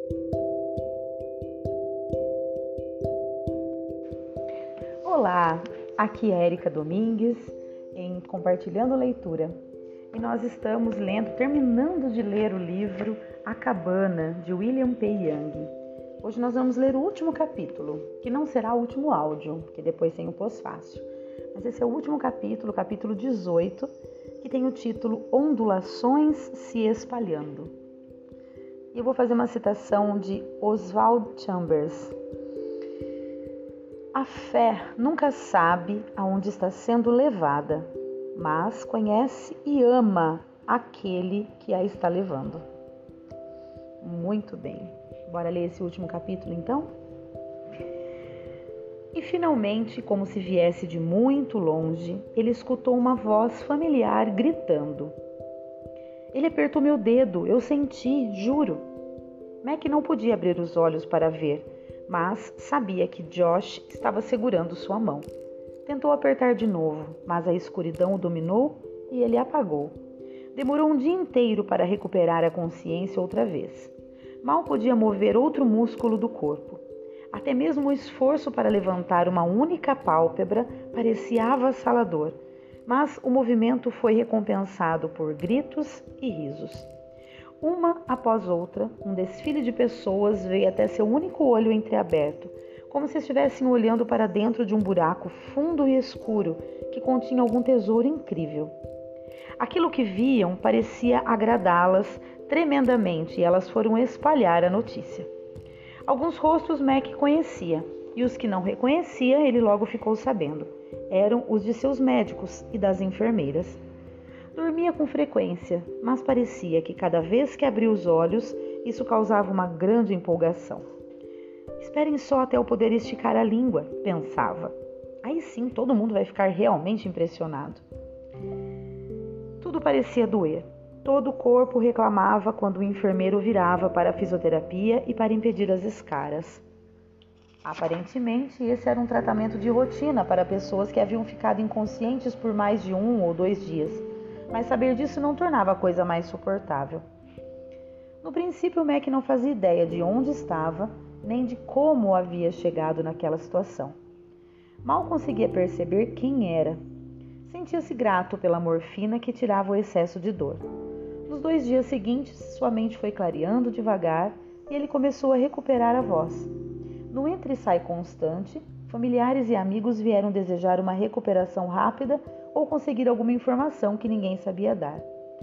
Olá, aqui é Érica Domingues em Compartilhando Leitura e nós estamos terminando de ler o livro A Cabana, de William P. Young. Hoje nós vamos ler o último capítulo, que não será o último áudio, porque depois tem o pós-fácil. Mas esse é o último capítulo, capítulo 18, que tem o título Ondulações se Espalhando. E eu vou fazer uma citação de Oswald Chambers. A fé nunca sabe aonde está sendo levada, mas conhece e ama aquele que a está levando. Muito bem. Bora ler esse último capítulo, então? E finalmente, como se viesse de muito longe, ele escutou uma voz familiar gritando. Ele apertou meu dedo, eu senti, juro. Mac não podia abrir os olhos para ver, mas sabia que Josh estava segurando sua mão. Tentou apertar de novo, mas a escuridão o dominou e ele apagou. Demorou um dia inteiro para recuperar a consciência outra vez. Mal podia mover outro músculo do corpo. Até mesmo o esforço para levantar uma única pálpebra parecia avassalador, mas o movimento foi recompensado por gritos e risos. Uma após outra, um desfile de pessoas veio até seu único olho entreaberto, como se estivessem olhando para dentro de um buraco fundo e escuro que continha algum tesouro incrível. Aquilo que viam parecia agradá-las tremendamente e elas foram espalhar a notícia. Alguns rostos Mac conhecia, e os que não reconhecia ele logo ficou sabendo. Eram os de seus médicos e das enfermeiras. Dormia com frequência, mas parecia que cada vez que abria os olhos, isso causava uma grande empolgação. Esperem só até eu poder esticar a língua, pensava. Aí sim todo mundo vai ficar realmente impressionado. Tudo parecia doer. Todo o corpo reclamava quando o enfermeiro virava para a fisioterapia e para impedir as escaras. Aparentemente, esse era um tratamento de rotina para pessoas que haviam ficado inconscientes por mais de 1 ou 2 dias. Mas saber disso não tornava a coisa mais suportável. No princípio, Mac não fazia ideia de onde estava, nem de como havia chegado naquela situação. Mal conseguia perceber quem era. Sentia-se grato pela morfina que tirava o excesso de dor. Nos 2 dias seguintes, sua mente foi clareando devagar e ele começou a recuperar a voz. No entra e sai constante, familiares e amigos vieram desejar uma recuperação rápida ou conseguir alguma informação que ninguém sabia dar.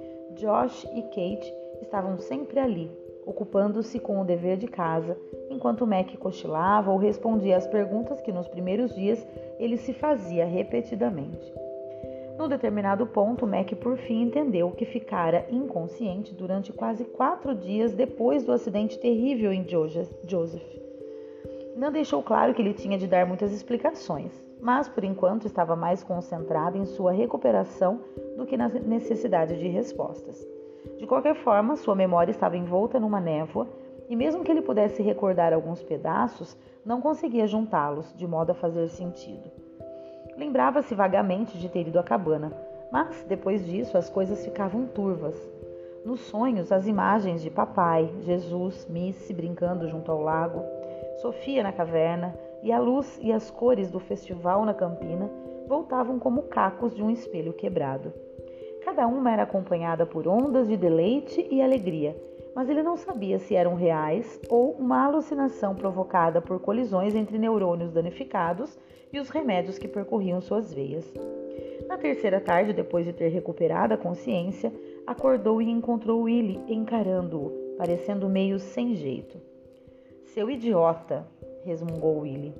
Josh e Kate estavam sempre ali, ocupando-se com o dever de casa, enquanto Mac cochilava ou respondia às perguntas que nos primeiros dias ele se fazia repetidamente. Num determinado ponto, Mac por fim entendeu que ficara inconsciente durante quase 4 dias depois do acidente terrível em Joseph. Não deixou claro que ele tinha de dar muitas explicações, mas por enquanto estava mais concentrado em sua recuperação do que na necessidade de respostas. De qualquer forma, sua memória estava envolta numa névoa e mesmo que ele pudesse recordar alguns pedaços, não conseguia juntá-los de modo a fazer sentido. Lembrava-se vagamente de ter ido à cabana, mas depois disso as coisas ficavam turvas. Nos sonhos, as imagens de papai, Jesus, Missy brincando junto ao lago, Sofia na caverna e a luz e as cores do festival na campina voltavam como cacos de um espelho quebrado. Cada uma era acompanhada por ondas de deleite e alegria, mas ele não sabia se eram reais ou uma alucinação provocada por colisões entre neurônios danificados e os remédios que percorriam suas veias. Na terceira tarde, depois de ter recuperado a consciência, acordou e encontrou Willie encarando-o, parecendo meio sem jeito. Seu idiota, resmungou Willie.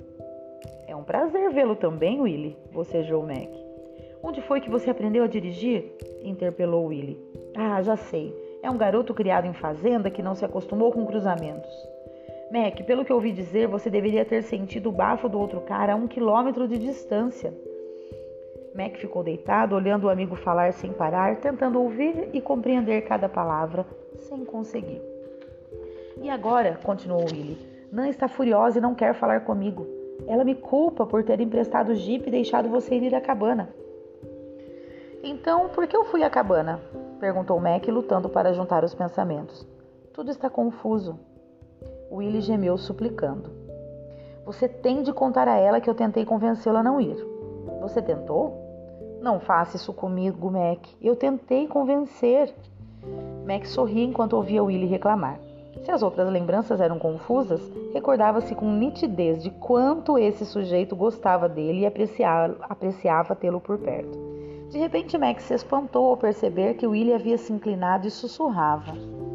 É um prazer vê-lo também, Willie, bocejou Mac. Onde foi que você aprendeu a dirigir? Interpelou Willie. Ah, já sei. É um garoto criado em fazenda que não se acostumou com cruzamentos. Mac, pelo que ouvi dizer, você deveria ter sentido o bafo do outro cara a 1 quilômetro de distância. Mac ficou deitado, olhando o amigo falar sem parar, tentando ouvir e compreender cada palavra, sem conseguir. E agora, continuou Willie, Nan está furiosa e não quer falar comigo. Ela me culpa por ter emprestado o jipe e deixado você ir à cabana. Então, por que eu fui à cabana? Perguntou Mac, lutando para juntar os pensamentos. Tudo está confuso. Willie gemeu suplicando. Você tem de contar a ela que eu tentei convencê-la a não ir. Você tentou? Não faça isso comigo, Mac. Eu tentei convencer. Mac sorria enquanto ouvia Willie reclamar. Se as outras lembranças eram confusas, recordava-se com nitidez de quanto esse sujeito gostava dele e apreciava tê-lo por perto. De repente, Mac se espantou ao perceber que Willie havia se inclinado e sussurrava.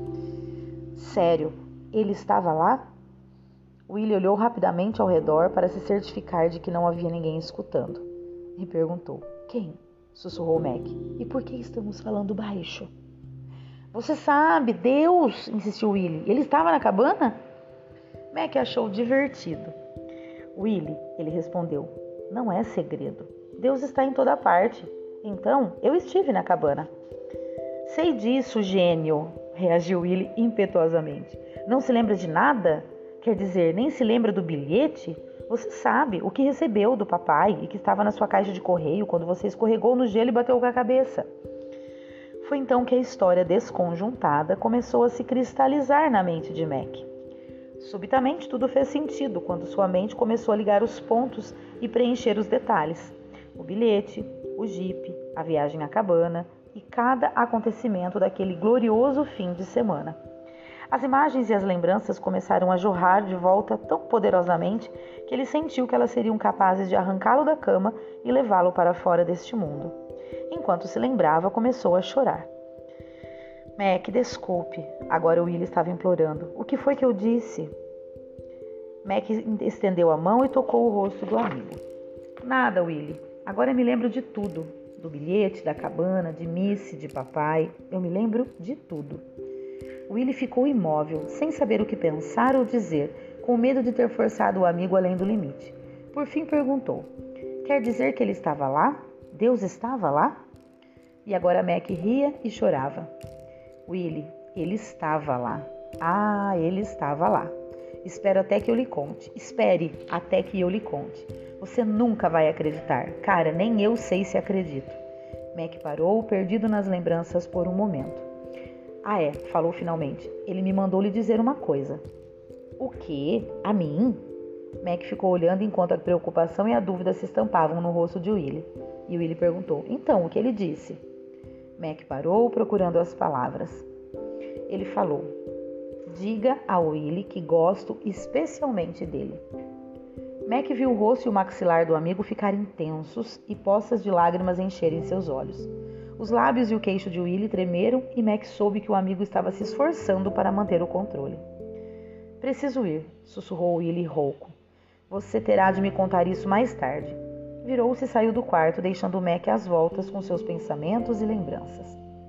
Sério, ele estava lá? Willie olhou rapidamente ao redor para se certificar de que não havia ninguém escutando. E perguntou, quem? Sussurrou Mac. E por que estamos falando baixo? Você sabe, Deus, insistiu Willie. Ele estava na cabana? Mac achou divertido. Willie, ele respondeu, não é segredo. Deus está em toda parte. Então, eu estive na cabana. Sei disso, gênio, reagiu Willie impetuosamente. Não se lembra de nada? Quer dizer, nem se lembra do bilhete? Você sabe o que recebeu do papai e que estava na sua caixa de correio quando você escorregou no gelo e bateu com a cabeça. Foi então que a história desconjuntada começou a se cristalizar na mente de Mac. Subitamente tudo fez sentido quando sua mente começou a ligar os pontos e preencher os detalhes. O bilhete, o jipe, a viagem à cabana e cada acontecimento daquele glorioso fim de semana. As imagens e as lembranças começaram a jorrar de volta tão poderosamente que ele sentiu que elas seriam capazes de arrancá-lo da cama e levá-lo para fora deste mundo. Enquanto se lembrava, começou a chorar. Mac, desculpe. Agora Willie estava implorando. O que foi que eu disse? Mac estendeu a mão e tocou o rosto do amigo. Nada, Willie. Agora me lembro de tudo. Do bilhete, da cabana, de Missy, de papai. Eu me lembro de tudo. Willie ficou imóvel, sem saber o que pensar ou dizer, com medo de ter forçado o amigo além do limite. Por fim perguntou, quer dizer que ele estava lá? Deus estava lá? E agora Mac ria e chorava. Willie, ele estava lá. Ah, ele estava lá. Espere até que eu lhe conte. Você nunca vai acreditar. Cara, nem eu sei se acredito. Mac parou, perdido nas lembranças por um momento. Ah, falou finalmente. Ele me mandou lhe dizer uma coisa. O quê? A mim? Mac ficou olhando enquanto a preocupação e a dúvida se estampavam no rosto de Willie. E Willie perguntou, então, o que ele disse? Mac parou, procurando as palavras. Ele falou, diga a Willie que gosto especialmente dele. Mac viu o rosto e o maxilar do amigo ficarem tensos e poças de lágrimas encherem seus olhos. Os lábios e o queixo de Willie tremeram e Mac soube que o amigo estava se esforçando para manter o controle. Preciso ir, sussurrou Willie rouco. Você terá de me contar isso mais tarde. Virou-se e saiu do quarto, deixando Mac às voltas com seus pensamentos e lembranças.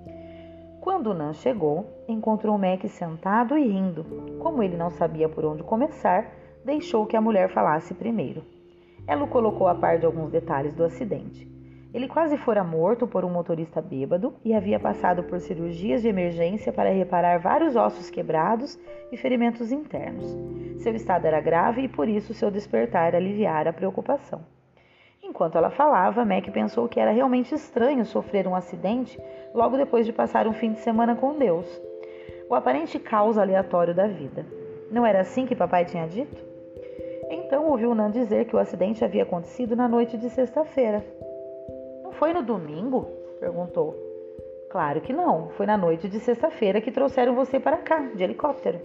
Quando Nan chegou, encontrou Mac sentado e rindo. Como ele não sabia por onde começar, deixou que a mulher falasse primeiro. Ela o colocou a par de alguns detalhes do acidente. Ele quase fora morto por um motorista bêbado e havia passado por cirurgias de emergência para reparar vários ossos quebrados e ferimentos internos. Seu estado era grave e por isso seu despertar aliviara a preocupação. Enquanto ela falava, Mac pensou que era realmente estranho sofrer um acidente logo depois de passar um fim de semana com Deus. O aparente caos aleatório da vida. Não era assim que papai tinha dito? Então ouviu Nan dizer que o acidente havia acontecido na noite de sexta-feira. Não foi no domingo? Perguntou. Claro que não. Foi na noite de sexta-feira que trouxeram você para cá, de helicóptero.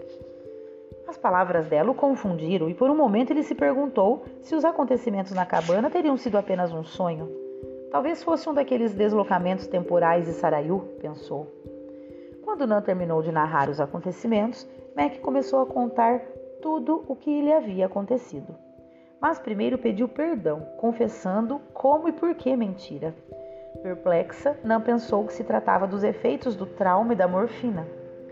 As palavras dela o confundiram e por um momento ele se perguntou se os acontecimentos na cabana teriam sido apenas um sonho. Talvez fosse um daqueles deslocamentos temporais de Saraiu, pensou. Quando Nan terminou de narrar os acontecimentos, Mac começou a contar tudo o que lhe havia acontecido. Mas primeiro pediu perdão, confessando como e por que mentira. Perplexa, Nan pensou que se tratava dos efeitos do trauma e da morfina.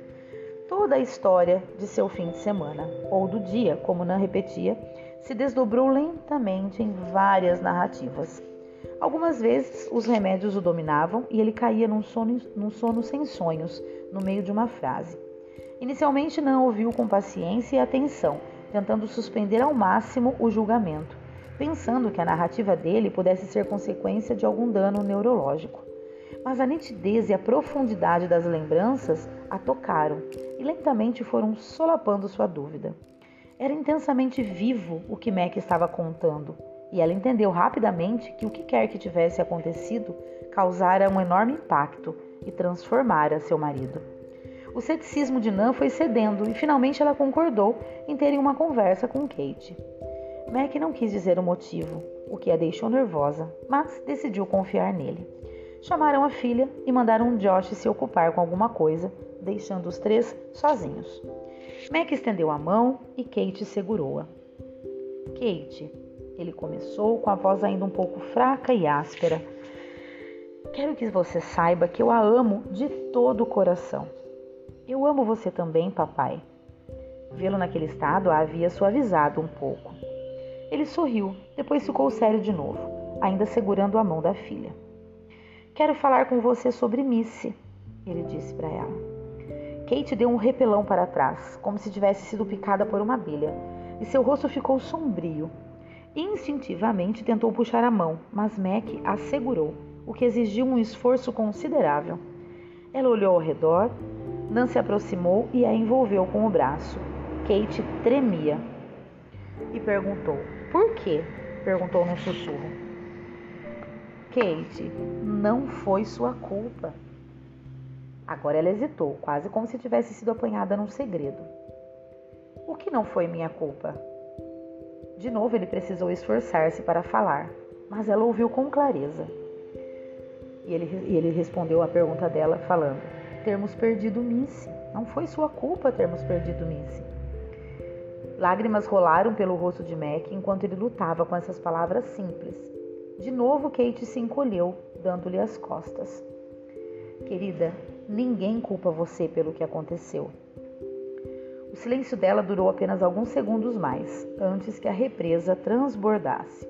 Toda a história de seu fim de semana, ou do dia, como Nan repetia, se desdobrou lentamente em várias narrativas. Algumas vezes os remédios o dominavam e ele caía num sono sem sonhos, no meio de uma frase. Inicialmente Nan ouviu com paciência e atenção, tentando suspender ao máximo o julgamento, pensando que a narrativa dele pudesse ser consequência de algum dano neurológico. Mas a nitidez e a profundidade das lembranças a tocaram e lentamente foram solapando sua dúvida. Era intensamente vivo o que Mac estava contando, e ela entendeu rapidamente que o que quer que tivesse acontecido causara um enorme impacto e transformara seu marido. O ceticismo de Nan foi cedendo e finalmente ela concordou em terem uma conversa com Kate. Mac não quis dizer o motivo, o que a deixou nervosa, mas decidiu confiar nele. Chamaram a filha e mandaram Josh se ocupar com alguma coisa, deixando os três sozinhos. Mac estendeu a mão e Kate segurou-a. Kate, ele começou com a voz ainda um pouco fraca e áspera. Quero que você saiba que eu a amo de todo o coração. Eu amo você também, papai. Vê-lo naquele estado a havia suavizado um pouco. Ele sorriu, depois ficou sério de novo, ainda segurando a mão da filha. Quero falar com você sobre Missy, ele disse para ela. Kate deu um repelão para trás, como se tivesse sido picada por uma abelha, e seu rosto ficou sombrio. Instintivamente tentou puxar a mão, mas Mac a segurou, o que exigiu um esforço considerável. Ela olhou ao redor, Nan se aproximou e a envolveu com o braço. Kate tremia e perguntou: por quê? Perguntou num sussurro. Kate, não foi sua culpa. Agora ela hesitou, quase como se tivesse sido apanhada num segredo. O que não foi minha culpa? De novo ele precisou esforçar-se para falar, mas ela ouviu com clareza. E ele respondeu à pergunta dela falando: termos perdido Missy. Não foi sua culpa termos perdido Missy. Lágrimas rolaram pelo rosto de Mac enquanto ele lutava com essas palavras simples. De novo Kate se encolheu, dando-lhe as costas. Querida, ninguém culpa você pelo que aconteceu. O silêncio dela durou apenas alguns segundos mais, antes que a represa transbordasse.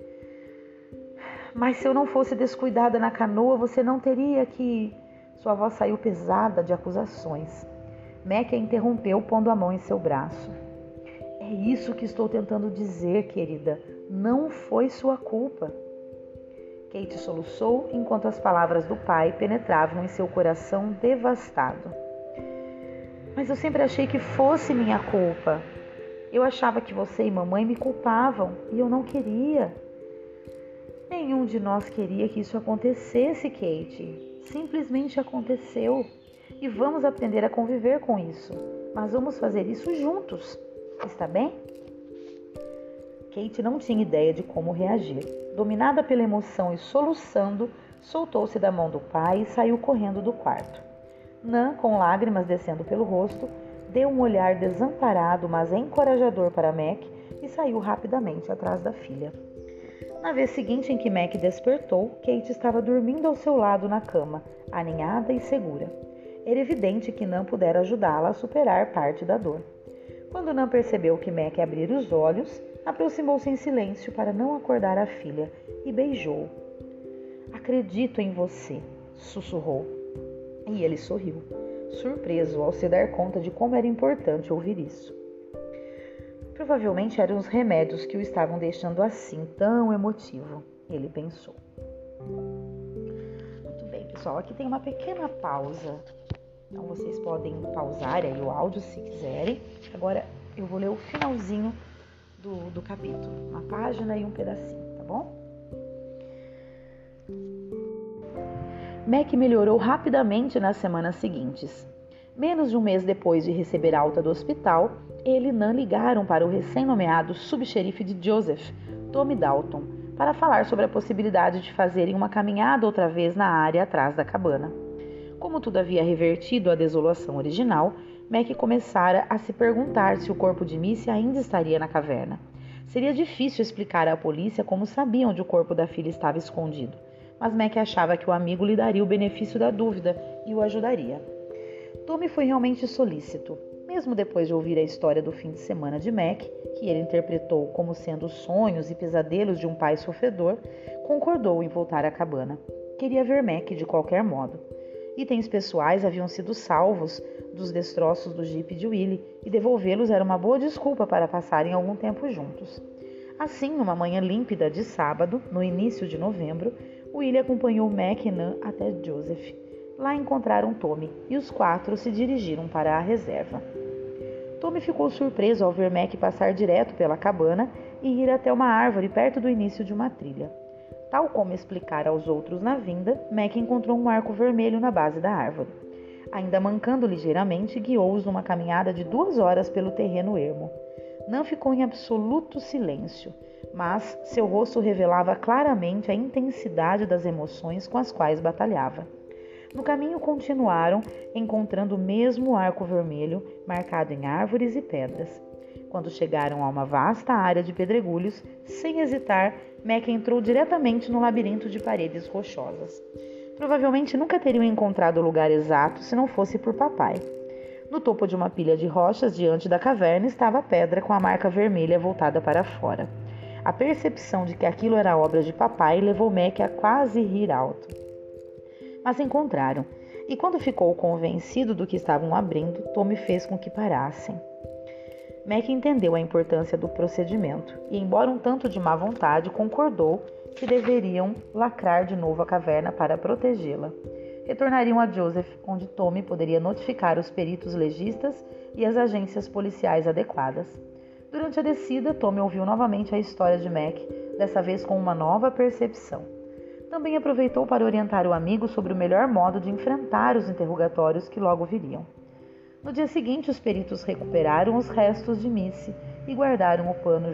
Mas se eu não fosse descuidada na canoa, você não teria que... Sua voz saiu pesada de acusações. Mac a interrompeu, pondo a mão em seu braço. É isso que estou tentando dizer, querida. Não foi sua culpa. Kate soluçou enquanto as palavras do pai penetravam em seu coração devastado. Mas eu sempre achei que fosse minha culpa. Eu achava que você e mamãe me culpavam e eu não queria. Nenhum de nós queria que isso acontecesse, Kate. Simplesmente aconteceu. E vamos aprender a conviver com isso. Mas vamos fazer isso juntos. Está bem? Kate não tinha ideia de como reagir. Dominada pela emoção e soluçando, soltou-se da mão do pai e saiu correndo do quarto. Nan, com lágrimas descendo pelo rosto, deu um olhar desamparado, mas encorajador para Mac e saiu rapidamente atrás da filha. Na vez seguinte em que Mac despertou, Kate estava dormindo ao seu lado na cama, aninhada e segura. Era evidente que Nan pudera ajudá-la a superar parte da dor. Quando Nan percebeu que Mac abrira os olhos, aproximou-se em silêncio para não acordar a filha e beijou-o. Acredito em você, sussurrou. E ele sorriu, surpreso ao se dar conta de como era importante ouvir isso. Provavelmente eram os remédios que o estavam deixando assim, tão emotivo, ele pensou. Muito bem, pessoal, aqui tem uma pequena pausa. Então vocês podem pausar aí o áudio se quiserem. Agora eu vou ler o finalzinho do capítulo, uma página e um pedacinho, tá bom? Mac melhorou rapidamente nas semanas seguintes. Menos de um mês depois de receber alta do hospital, ele e Nan ligaram para o recém-nomeado subxerife de Joseph, Tommy Dalton, para falar sobre a possibilidade de fazerem uma caminhada outra vez na área atrás da cabana. Como tudo havia revertido à desolação original, Mac começara a se perguntar se o corpo de Missy ainda estaria na caverna. Seria difícil explicar à polícia como sabiam onde o corpo da filha estava escondido, mas Mac achava que o amigo lhe daria o benefício da dúvida e o ajudaria. Tommy foi realmente solícito. Mesmo depois de ouvir a história do fim de semana de Mac, que ele interpretou como sendo os sonhos e pesadelos de um pai sofredor, concordou em voltar à cabana. Queria ver Mac de qualquer modo. Itens pessoais haviam sido salvos dos destroços do jipe de Willie e devolvê-los era uma boa desculpa para passarem algum tempo juntos. Assim, numa manhã límpida de sábado, no início de novembro, Willie acompanhou Mac e Nan até Joseph. Lá encontraram Tommy e os quatro se dirigiram para a reserva. Tommy ficou surpreso ao ver Mac passar direto pela cabana e ir até uma árvore perto do início de uma trilha. Tal como explicara aos outros na vinda, Mac encontrou um arco vermelho na base da árvore. Ainda mancando ligeiramente, guiou-os numa caminhada de 2 horas pelo terreno ermo. Nan ficou em absoluto silêncio, mas seu rosto revelava claramente a intensidade das emoções com as quais batalhava. No caminho continuaram, encontrando o mesmo arco vermelho, marcado em árvores e pedras. Quando chegaram a uma vasta área de pedregulhos, sem hesitar, Mac entrou diretamente no labirinto de paredes rochosas. Provavelmente nunca teriam encontrado o lugar exato se não fosse por papai. No topo de uma pilha de rochas diante da caverna estava a pedra com a marca vermelha voltada para fora. A percepção de que aquilo era obra de papai levou Mac a quase rir alto. Mas encontraram, e quando ficou convencido do que estavam abrindo, Tommy fez com que parassem. Mac entendeu a importância do procedimento e, embora um tanto de má vontade, concordou que deveriam lacrar de novo a caverna para protegê-la. Retornariam a Joseph, onde Tommy poderia notificar os peritos legistas e as agências policiais adequadas. Durante a descida, Tommy ouviu novamente a história de Mac, dessa vez com uma nova percepção. Também aproveitou para orientar o amigo sobre o melhor modo de enfrentar os interrogatórios que logo viriam. No dia seguinte, os peritos recuperaram os restos de Missy e guardaram o pano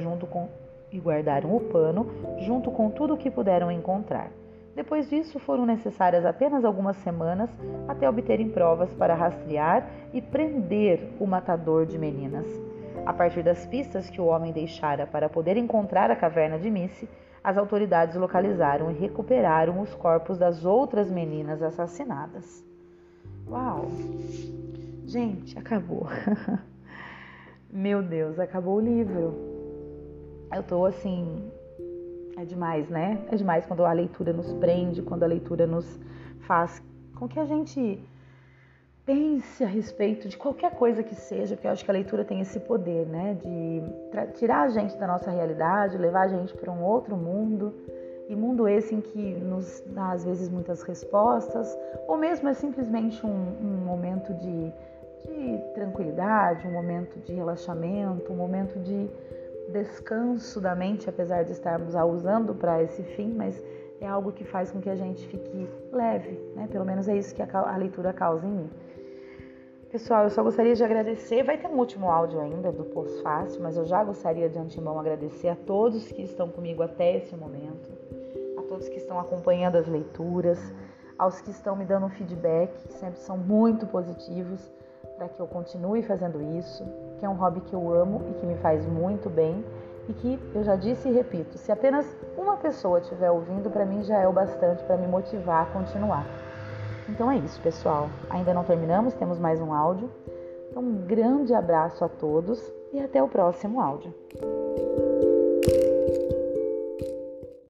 junto com tudo o que puderam encontrar. Depois disso, foram necessárias apenas algumas semanas até obterem provas para rastrear e prender o matador de meninas. A partir das pistas que o homem deixara para poder encontrar a caverna de Missy, as autoridades localizaram e recuperaram os corpos das outras meninas assassinadas. Uau! Gente, acabou. Meu Deus, acabou o livro. Eu tô assim... É demais, né? É demais quando a leitura nos prende, quando a leitura nos faz com que a gente pense a respeito de qualquer coisa que seja, porque eu acho que a leitura tem esse poder, né? De tirar a gente da nossa realidade, levar a gente para um outro mundo, e mundo esse em que nos dá às vezes muitas respostas, ou mesmo é simplesmente um momento de tranquilidade, um momento de relaxamento, um momento de descanso da mente, apesar de estarmos a usando para esse fim, mas é algo que faz com que a gente fique leve, né? Pelo menos é isso que a leitura causa em mim. Pessoal, eu só gostaria de agradecer, vai ter um último áudio ainda do pós-fácil, mas eu já gostaria de antemão agradecer a todos que estão comigo até esse momento, a todos que estão acompanhando as leituras, aos que estão me dando feedback, que sempre são muito positivos, para que eu continue fazendo isso, que é um hobby que eu amo e que me faz muito bem, e que, eu já disse e repito, se apenas uma pessoa estiver ouvindo, para mim já é o bastante para me motivar a continuar. Então é isso, pessoal. Ainda não terminamos, temos mais um áudio. Então um grande abraço a todos e até o próximo áudio.